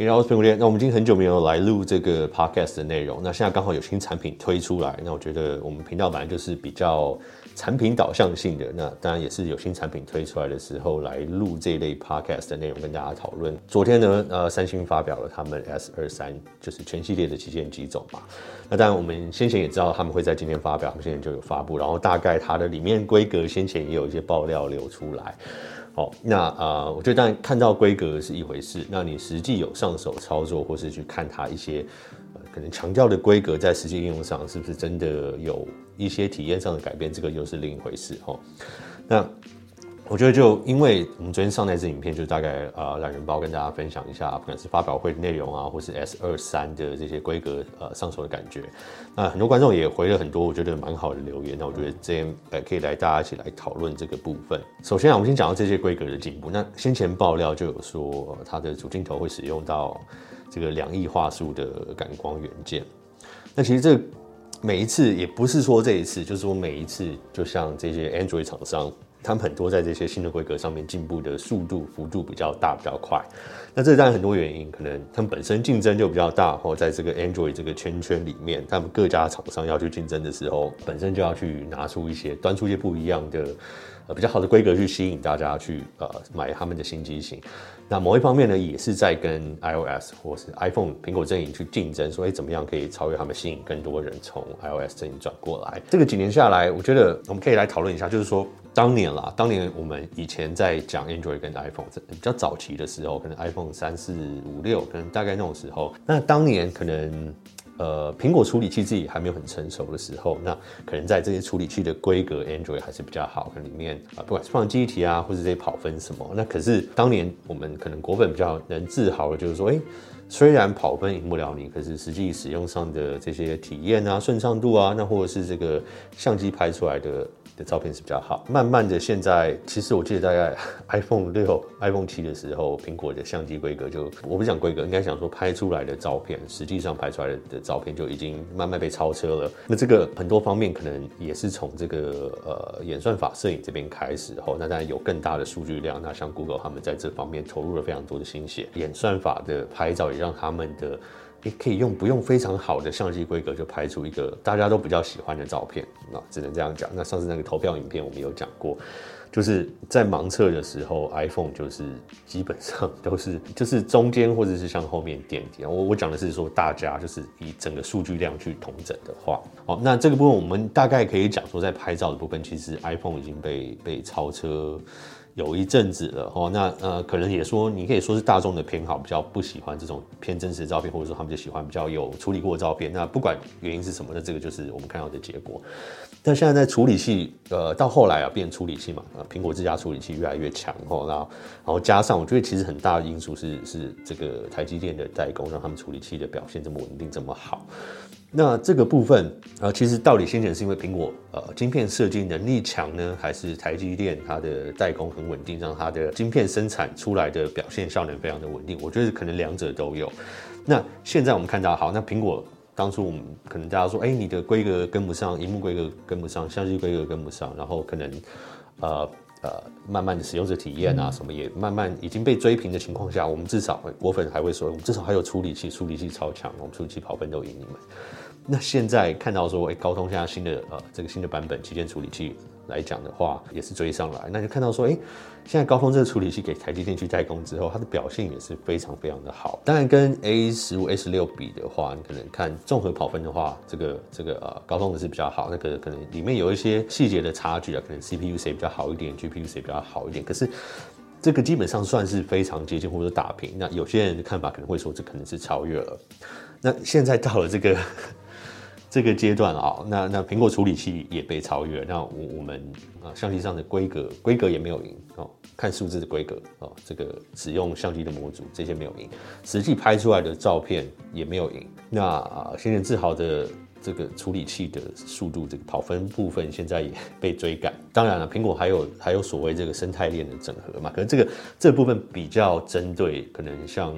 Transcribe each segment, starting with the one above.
然后苹果店，那我们已经很久没有来录这个 podcast 的内容，那现在刚好有新产品推出来，那我觉得我们频道本来就是比较产品导向性的，那当然也是有新产品推出来的时候来录这一类 podcast 的内容跟大家讨论。昨天呢，三星发表了他们 S23，就是全系列的旗舰机种嘛。那当然我们先前也知道他们会在今天发表，他们现在就有发布，然后大概它的里面规格先前也有一些爆料流出来。好，那我觉得当然看到规格是一回事，那你实际有上手操作，或是去看它一些可能强调的规格在实际应用上是不是真的有一些体验上的改变，这个又是另一回事哈。那我觉得就因为我们昨天上那支影片，就大概懒人包跟大家分享一下，不管是发表会的内容啊，或是 S23的这些规格上手的感觉。那很多观众也回了很多我觉得蛮好的留言，那我觉得这边可以来大家一起来讨论这个部分。首先我们先讲到这些规格的进步。那先前爆料就有说它的主镜头会使用到这个2亿画素的感光元件。那其实这每一次也不是说这一次，就是说每一次，就像这些 Android 厂商。他们很多在这些新的规格上面进步的速度幅度比较大比较快，那这当然很多原因，可能他们本身竞争就比较大，或在这个 Android 这个圈里面，他们各家厂商要去竞争的时候，本身就要去拿出一些端出一些不一样的比较好的规格去吸引大家去买他们的新机型。那某一方面呢，也是在跟 iOS 或是 iPhone 苹果阵营去竞争，说怎么样可以超越他们，吸引更多人从 iOS 阵营转过来。这个几年下来，我觉得我们可以来讨论一下，就是说当年我们以前在讲 Android 跟 iPhone 比较早期的时候，可能 iPhone 3、4、5、6，可能大概那种时候，那当年可能苹果处理器自己还没有很成熟的时候，那可能在这些处理器的规格 Android 还是比较好，可能里面不管是放记忆体啊，或是这些跑分什么，那可是当年我们可能果粉比较能自豪的就是说，虽然跑分赢不了你，可是实际使用上的这些体验啊、顺畅度啊，那或者是这个相机拍出来的照片是比较好。慢慢的，现在其实我记得大概 iPhone 6、iPhone 7的时候，苹果的相机规格就，我不讲规格，应该讲说拍出来的照片，实际上拍出来的照片就已经慢慢被超车了。那这个很多方面可能也是从这个演算法摄影这边开始后，那当然有更大的数据量。那像 Google 他们在这方面投入了非常多的心血，演算法的拍照也让他们的可以不用非常好的相机规格就拍出一个大家都比较喜欢的照片，只能这样讲。那上次那个投票影片我们有讲过，就是在盲测的时候 ，iPhone 就是基本上都是就是中间或者是向后面垫底。我讲的是说大家就是以整个数据量去统整的话，那这个部分我们大概可以讲说，在拍照的部分，其实 iPhone 已经被超车有一阵子了那可能也说，你可以说是大众的偏好，比较不喜欢这种偏真实的照片，或者说他们就喜欢比较有处理过的照片。那不管原因是什么，那这个就是我们看到的结果。但现在在处理器，到后来变处理器嘛，苹果自家处理器越来越强然后加上我觉得其实很大的因素是这个台积电的代工，让他们处理器的表现这么稳定这么好。那这个部分其实到底先前是因为苹果晶片设计能力强呢，还是台积电它的代工很稳定，让它的晶片生产出来的表现效能非常的稳定？我觉得可能两者都有。那现在我们看到，好，那苹果当初我们可能大家说，你的规格跟不上，萤幕规格跟不上，相机规格跟不上，然后可能慢慢的使用者体验啊什么也慢慢已经被追平的情况下，我们至少果粉还会说，我们至少还有处理器超强，我们处理器跑分都赢你们。那现在看到说，高通现在这个新的版本旗舰处理器来讲的话，也是追上来，那就看到说，现在高通这个处理器给台积电去代工之后，它的表现也是非常非常的好。当然跟 A15、A16 比的话，你可能看综合跑分的话，这个高通的是比较好，那个可能里面有一些细节的差距可能 CPU 谁比较好一点 ，GPU 谁比较好一点，可是这个基本上算是非常接近或者打平。那有些人的看法可能会说，这可能是超越了。那现在到了这个阶段那苹果处理器也被超越，那我们相机上的规格也没有赢看数字的规格这个使用相机的模组这些没有赢，实际拍出来的照片也没有赢。那先前自豪的这个处理器的速度，这个跑分部分现在也被追赶。当然了，苹果还有所谓这个生态链的整合嘛，可能这部分比较针对可能像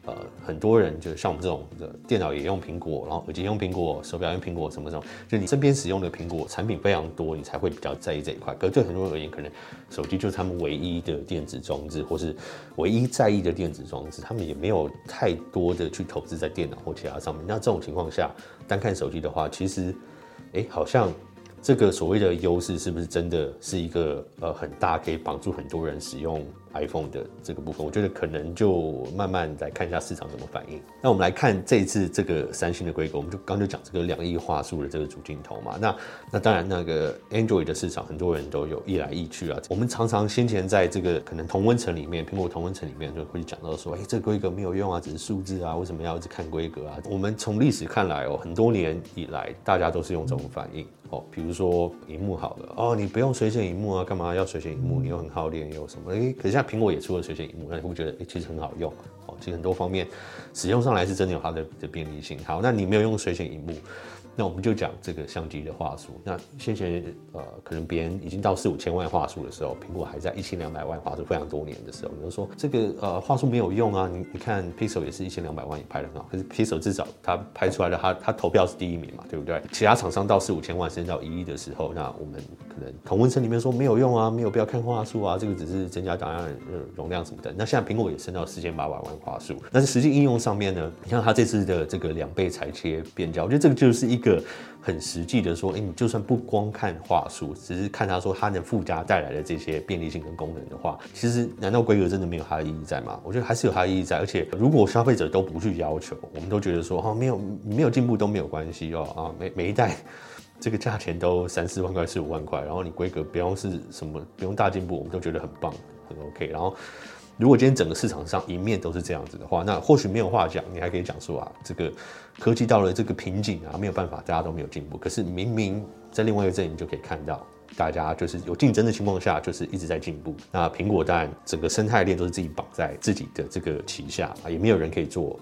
很多人就像我们这种电脑也用苹果，然后耳机用苹果，手表用苹果，什么，就你身边使用的苹果产品非常多，你才会比较在意这一块。可是对很多人而言，可能手机就是他们唯一的电子装置，或是唯一在意的电子装置，他们也没有太多的去投资在电脑或其他上面。那这种情况下，单看手机的话，其实，好像这个所谓的优势是不是真的是一个很大可以帮助很多人使用 iPhone 的这个部分？我觉得可能就慢慢来看一下市场怎么反应。那我们来看这一次这个三星的规格，我们刚就讲这个2亿画素的这个主镜头嘛。那当然那个 Android 的市场很多人都有一来一去啊。我们常常先前在这个可能同温层里面，苹果同温层里面就会讲到说，这个规格没有用啊，只是数字啊，为什么要一直看规格啊？我们从历史看来很多年以来大家都是用这种反应。比如说萤幕好了，你不用水显萤幕啊，干嘛要水显萤幕？你又很耗电，又什么？可是现在苹果也出了水显萤幕，那你会觉得其实很好用。其实很多方面使用上来是真的有它的便利性。好，那你没有用水显萤幕，那我们就讲这个相机的画素。那先前可能别人已经到4、5千万画素的时候，苹果还在1200万画素，非常多年的时候，你就说这个画素没有用啊。你看 Pixel 也是1200万也拍得很好，可是 Pixel 至少它拍出来的它投票是第1名嘛，对不对？其他厂商到4、5千万甚至到1亿的时候，那我们可能同温层里面说没有用啊，没有必要看画素啊，这个只是增加档案容量什么的。那现在苹果也升到4800万画素，但是实际应用上面呢，你看它这次的这个2倍裁切变焦，我觉得这个就是一个很实际的说，你就算不光看画素，只是看它说它能附加带来的这些便利性跟功能的话，其实难道规格真的没有它的意义在吗？我觉得还是有它的意义在，而且如果消费者都不去要求，我们都觉得说没有进步都没有关系每一代这个价钱都3、4万块、4、5万块，然后你规格不用是什么不用大进步，我们都觉得很棒很 OK。然后如果今天整个市场上一面都是这样子的话，那或许没有话讲，你还可以讲说这个科技到了这个瓶颈没有办法，大家都没有进步。可是明明在另外一个阵营就可以看到，大家就是有竞争的情况下，就是一直在进步。那苹果当然整个生态链都是自己绑在自己的这个旗下也没有人可以做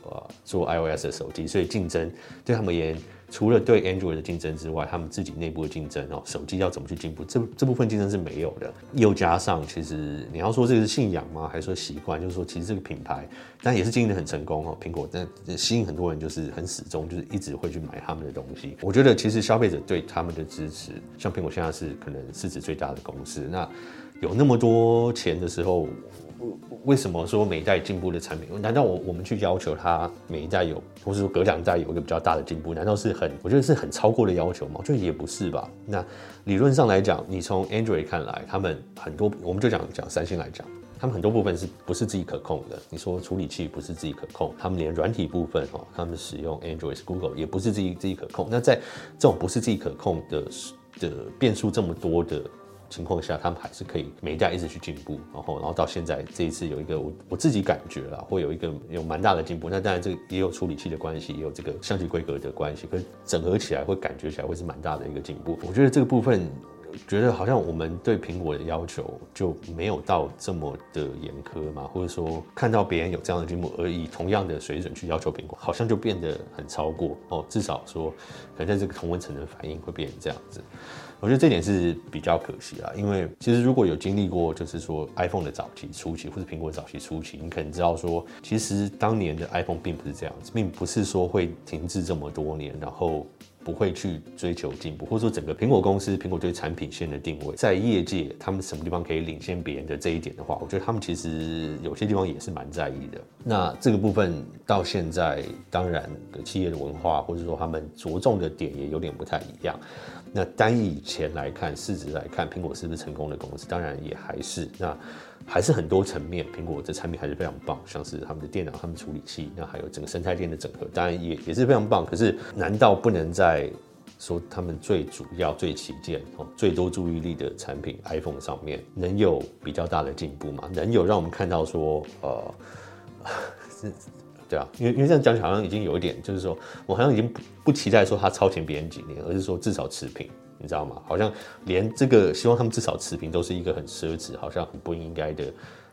iOS 的手机，所以竞争对他们而言，除了对 Android 的竞争之外，他们自己内部的竞争手机要怎么去进步，这部分竞争是没有的。又加上，其实你要说这个是信仰吗？还是说习惯？就是说，其实这个品牌，但也是经营得很成功苹果但吸引很多人，就是很始终，就是一直会去买他们的东西。我觉得其实消费者对他们的支持，像苹果现在是可能市值最大的公司，那有那么多钱的时候，为什么说每一代进步的产品？难道我们去要求它每一代有，或是说隔2代有一个比较大的进步？难道是我觉得是很超过的要求吗？我觉得也不是吧。那理论上来讲，你从 Android 看来，他们很多，我们就讲三星来讲，他们很多部分不是自己可控的。你说处理器不是自己可控，他们连软体部分他们使用 Android Google 也不是自己可控。那在这种不是自己可控的变数这么多的情况下，他们还是可以每一代一直去进步，然后到现在这一次有一个我自己感觉啦，会有蛮大的进步。那当然这个也有处理器的关系，也有这个相机规格的关系，可是整合起来会感觉起来会是蛮大的一个进步。我觉得这个部分，觉得好像我们对苹果的要求就没有到这么的严苛嘛，或者说看到别人有这样的进步而以同样的水准去要求苹果，好像就变得很超过至少说可能在这个同温层的反应会变成这样子。我觉得这点是比较可惜啦，因为其实如果有经历过，就是说 iPhone 的早期初期，或是苹果的早期初期，你可能知道说，其实当年的 iPhone 并不是这样子，并不是说会停滞这么多年，然后不会去追求进步，或者说整个苹果公司、苹果对产品线的定位，在业界他们什么地方可以领先别人的这一点的话，我觉得他们其实有些地方也是蛮在意的。那这个部分到现在，当然企业的文化或者说他们着重的点也有点不太一样。那单以钱来看，市值来看，苹果是不是成功的公司？当然也还是。那还是很多层面，苹果的产品还是非常棒，像是他们的电脑、他们处理器，那还有整个生态链的整合，当然也是非常棒。可是，难道不能在说他们最主要、最旗舰、最多注意力的产品 iPhone 上面，能有比较大的进步吗？能有让我们看到说，对啊，因为这样讲起来好像已经有一点，就是说我好像已经不期待说它超前别人几年，而是说至少持平，你知道吗？好像连这个希望他们至少持平都是一个很奢侈，好像很不应该的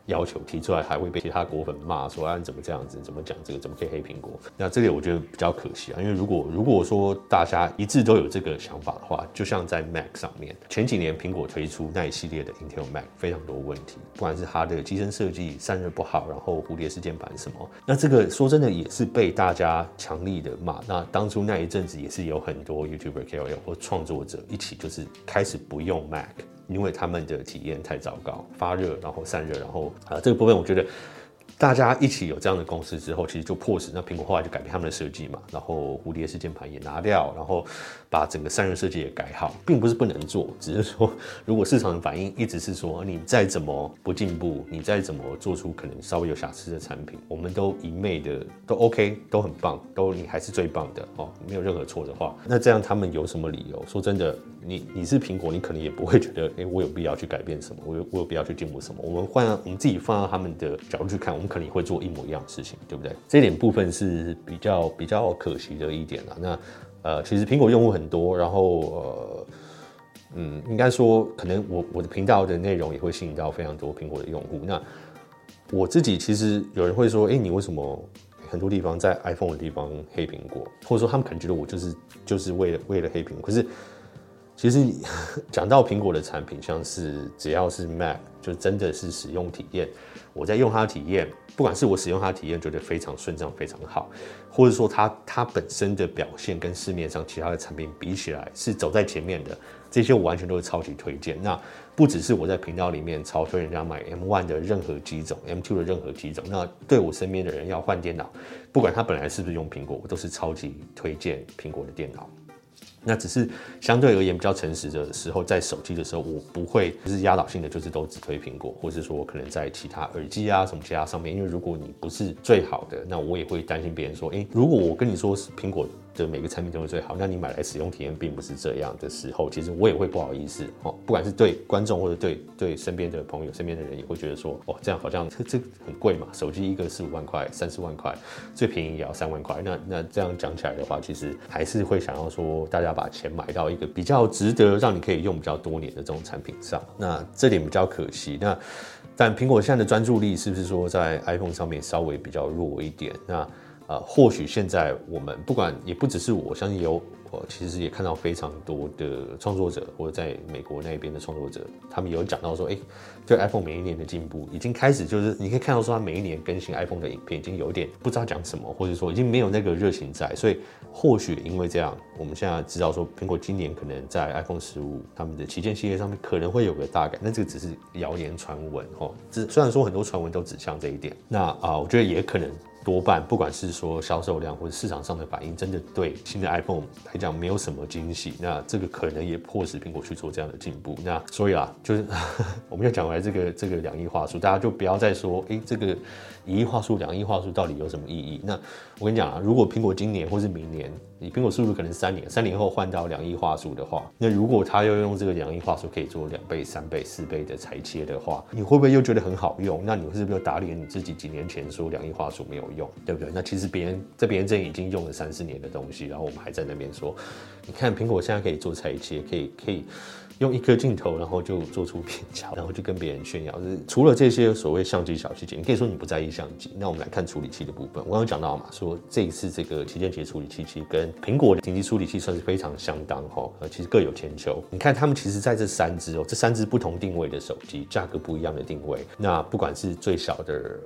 要求提出来，还会被其他果粉骂说啊你怎么这样子，怎么讲这个，怎么可以黑苹果？那这个我觉得比较可惜啊，因为如果说大家一致都有这个想法的话，就像在 Mac 上面，前几年苹果推出那一系列的 Intel Mac 非常多问题，不管是它的机身设计散热不好，然后蝴蝶式键盘什么，那这个说真的也是被大家强力的骂。那当初那一阵子也是有很多 YouTuber KOL 或创作者一起就是开始不用 Mac。因为他们的体验太糟糕，发热，然后散热，然后这个部分我觉得大家一起有这样的共识之后，其实就迫使那苹果后来就改变他们的设计嘛，然后蝴蝶式键盘也拿掉，然后把整个散热设计也改好，并不是不能做，只是说如果市场的反应一直是说你再怎么不进步，你再怎么做出可能稍微有瑕疵的产品，我们都一昧的都 OK， 都很棒，都你还是最棒的哦，没有任何错的话，那这样他们有什么理由？说真的，你是苹果，你可能也不会觉得，我有必要去改变什么，我有必要去进步什么？我们自己放到他们的角度去看，我们可能也会做一模一样的事情，对不对？这一点部分是比较可惜的一点啦。那其实苹果用户很多，然后应该说可能我的频道的内容也会吸引到非常多苹果的用户。那我自己其实有人会说，你为什么很多地方在 iPhone 的地方黑苹果，或者说他们可能觉得我就是为了黑苹果，可是。其实讲到苹果的产品，像是只要是 Mac， 就真的是使用体验，我在用它的体验，不管是我使用它的体验觉得非常顺畅、非常好，或者说它本身的表现跟市面上其他的产品比起来是走在前面的，这些我完全都是超级推荐。那不只是我在频道里面超推人家买 M1 的任何机种 ，M2 的任何机种，那对我身边的人要换电脑，不管他本来是不是用苹果，我都是超级推荐苹果的电脑。那只是相对而言比较诚实的时候，在手机的时候，我不会就是压倒性的，就是都只推苹果，或是说可能在其他耳机啊什么其他上面，因为如果你不是最好的，那我也会担心别人说，如果我跟你说是苹果的每个产品都是最好，那你买来使用体验并不是这样的时候，其实我也会不好意思哦，不管是对观众或者对身边的朋友、身边的人也会觉得说，这样好像这很贵嘛，手机一个4-5万块、3-4万块，最便宜也要3万块，那这样讲起来的话，其实还是会想要说大家把钱买到一个比较值得让你可以用比较多年的这种产品上，那这点比较可惜。但苹果现在的专注力是不是说在 iPhone 上面稍微比较弱一点？那或许现在我们不管也不只是我相信其实也看到非常多的创作者或者在美国那边的创作者，他们有讲到说，对 iPhone 每一年的进步已经开始，就是你可以看到说，他每一年更新 iPhone 的影片已经有点不知道讲什么，或者说已经没有那个热情在，所以或许因为这样，我们现在知道说，苹果今年可能在 iPhone 15他们的旗舰系列上面可能会有个大改，但这个只是谣言传闻哦。虽然说很多传闻都指向这一点，那我觉得也可能。多半不管是说销售量或者市场上的反应，真的对新的 iPhone 来讲没有什么惊喜，那这个可能也迫使苹果去做这样的进步。那所以就是我们要讲回来这个两亿画素，大家就不要再说这个1亿画素、2亿画素到底有什么意义？那我跟你讲如果苹果今年或是明年，你苹果速度可能3年后换到2亿画素的话，那如果它要用这个2亿画素可以做2倍、3倍、4倍的裁切的话，你会不会又觉得很好用？那你是不是又打脸你自己几年前说2亿画素没有用，对不对？那其实别人这已经用了3-4年的东西，然后我们还在那边说，你看苹果现在可以做裁切，可以用一颗镜头，然后就做出片条，然后就跟别人炫耀。就是除了这些所谓相机小细节，你可以说你不在意相机。那我们来看处理器的部分，我刚刚讲到嘛，说这一次这个旗舰级处理器其实跟苹果的顶级处理器算是非常相当其实各有千秋。你看他们其实在这3支不同定位的手机，价格不一样的定位。那不管是最小的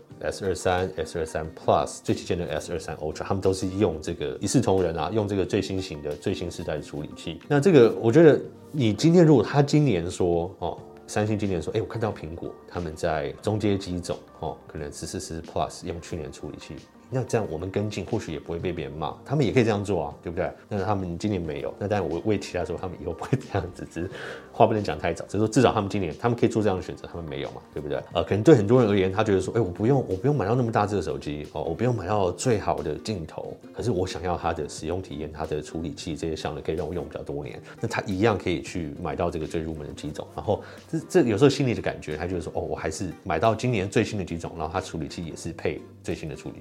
S23、S23 Plus， 最旗舰的 S23 Ultra， 他们都是用这个一视同仁啊，用这个最新型的最新世代的处理器。那这个我觉得。你今天如果他今年说三星今年说，我看到苹果他们在中阶机种可能14、Plus 用去年处理器，那这样我们跟进或许也不会被别人骂，他们也可以这样做啊，对不对？那他们今年没有，那当然我为其他说他们以后不会这样子，只是话不能讲太早，只是说至少他们今年他们可以做这样的选择，他们没有嘛，对不对？可能对很多人而言，他觉得说，我不用买到那么大只的手机我不用买到最好的镜头，可是我想要它的使用体验、它的处理器这些项的可以让我用比较多年，那他一样可以去买到这个最入门的机种，然后这有时候心里的感觉，他就是说，我还是买到今年最新的机种，然后它处理器也是配最新的处理器，这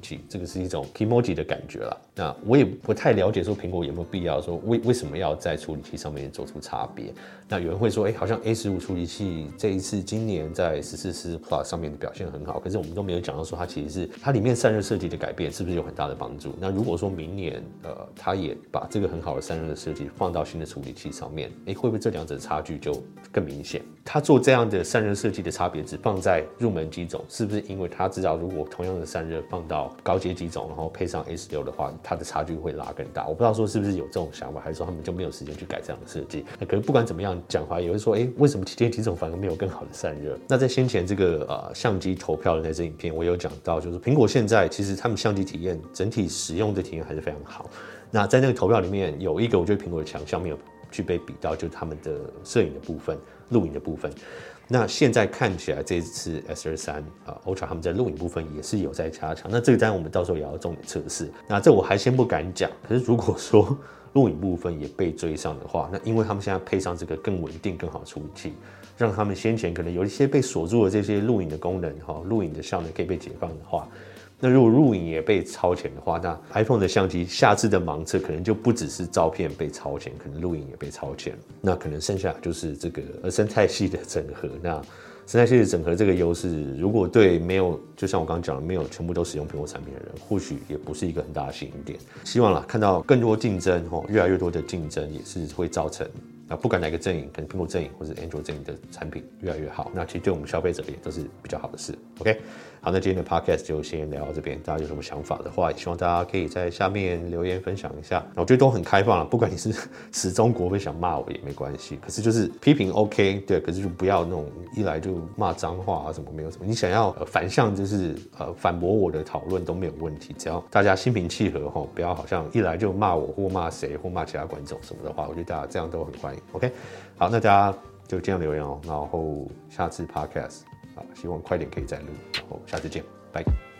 个是一种 Kimoji 的感觉啦。那我也不太了解说苹果有没有必要说为什么要在处理器上面做出差别。那有人会说，好像 A15 处理器这一次今年在14Plus 上面的表现很好，可是我们都没有讲到说它其实是它里面散热设计的改变是不是有很大的帮助。那如果说明年它也把这个很好的散热的设计放到新的处理器上面，会不会这两者差距就更明显？它做这样的散热设计的差别只放在入门机种，是不是因为它知道如果同样的散热放到高阶机种，然后配上 A16 的话，它的差距会拉更大？我不知道说是不是有这种想法，还是说他们就没有时间去改这样的设计？那可是不管怎么样讲话，也会说，为什么旗舰机种反而没有更好的散热？那在先前这个相机投票的那支影片，我有讲到，就是苹果现在其实他们相机体验整体使用的体验还是非常好。那在那个投票里面有一个我觉得苹果的强项没有去被比到，就是他们的摄影的部分、录影的部分。那现在看起来这一次 S23 Ultra 他们在录影部分也是有在加强。那这个当然我们到时候也要重点测试。那这我还先不敢讲，可是如果说录影部分也被追上的话，那因为他们现在配上这个更稳定、更好的处理器，让他们先前可能有一些被锁住的这些录影的功能、录影的效能可以被解放的话。那如果录影也被超前的话，那 iPhone 的相机下次的盲测可能就不只是照片被超前，可能录影也被超前。那可能剩下就是这个生态系的整合。那生态系的整合这个优势，如果对没有，就像我刚刚讲的，没有全部都使用苹果产品的人，或许也不是一个很大的吸引点。希望啦，看到更多竞争，越来越多的竞争，也是会造成不管哪个阵营，可能苹果阵营或者 Android 阵营的产品越来越好，那其实对我们消费者也都是比较好的事。OK， 好，那今天的 Podcast 就先聊到这边。大家有什么想法的话，也希望大家可以在下面留言分享一下。我觉得都很开放了，不管你是死忠国会想骂我也没关系，可是就是批评 OK， 对，可是就不要那种一来就骂脏话啊什么没有什么，你想要反向就是反驳我的讨论都没有问题，只要大家心平气和不要好像一来就骂我或骂谁或骂其他观众什么的话，我觉得大家这样都很欢迎。OK， 好，那大家就这样留言然后下次 Podcast 希望快点可以再录，然后下次见，拜。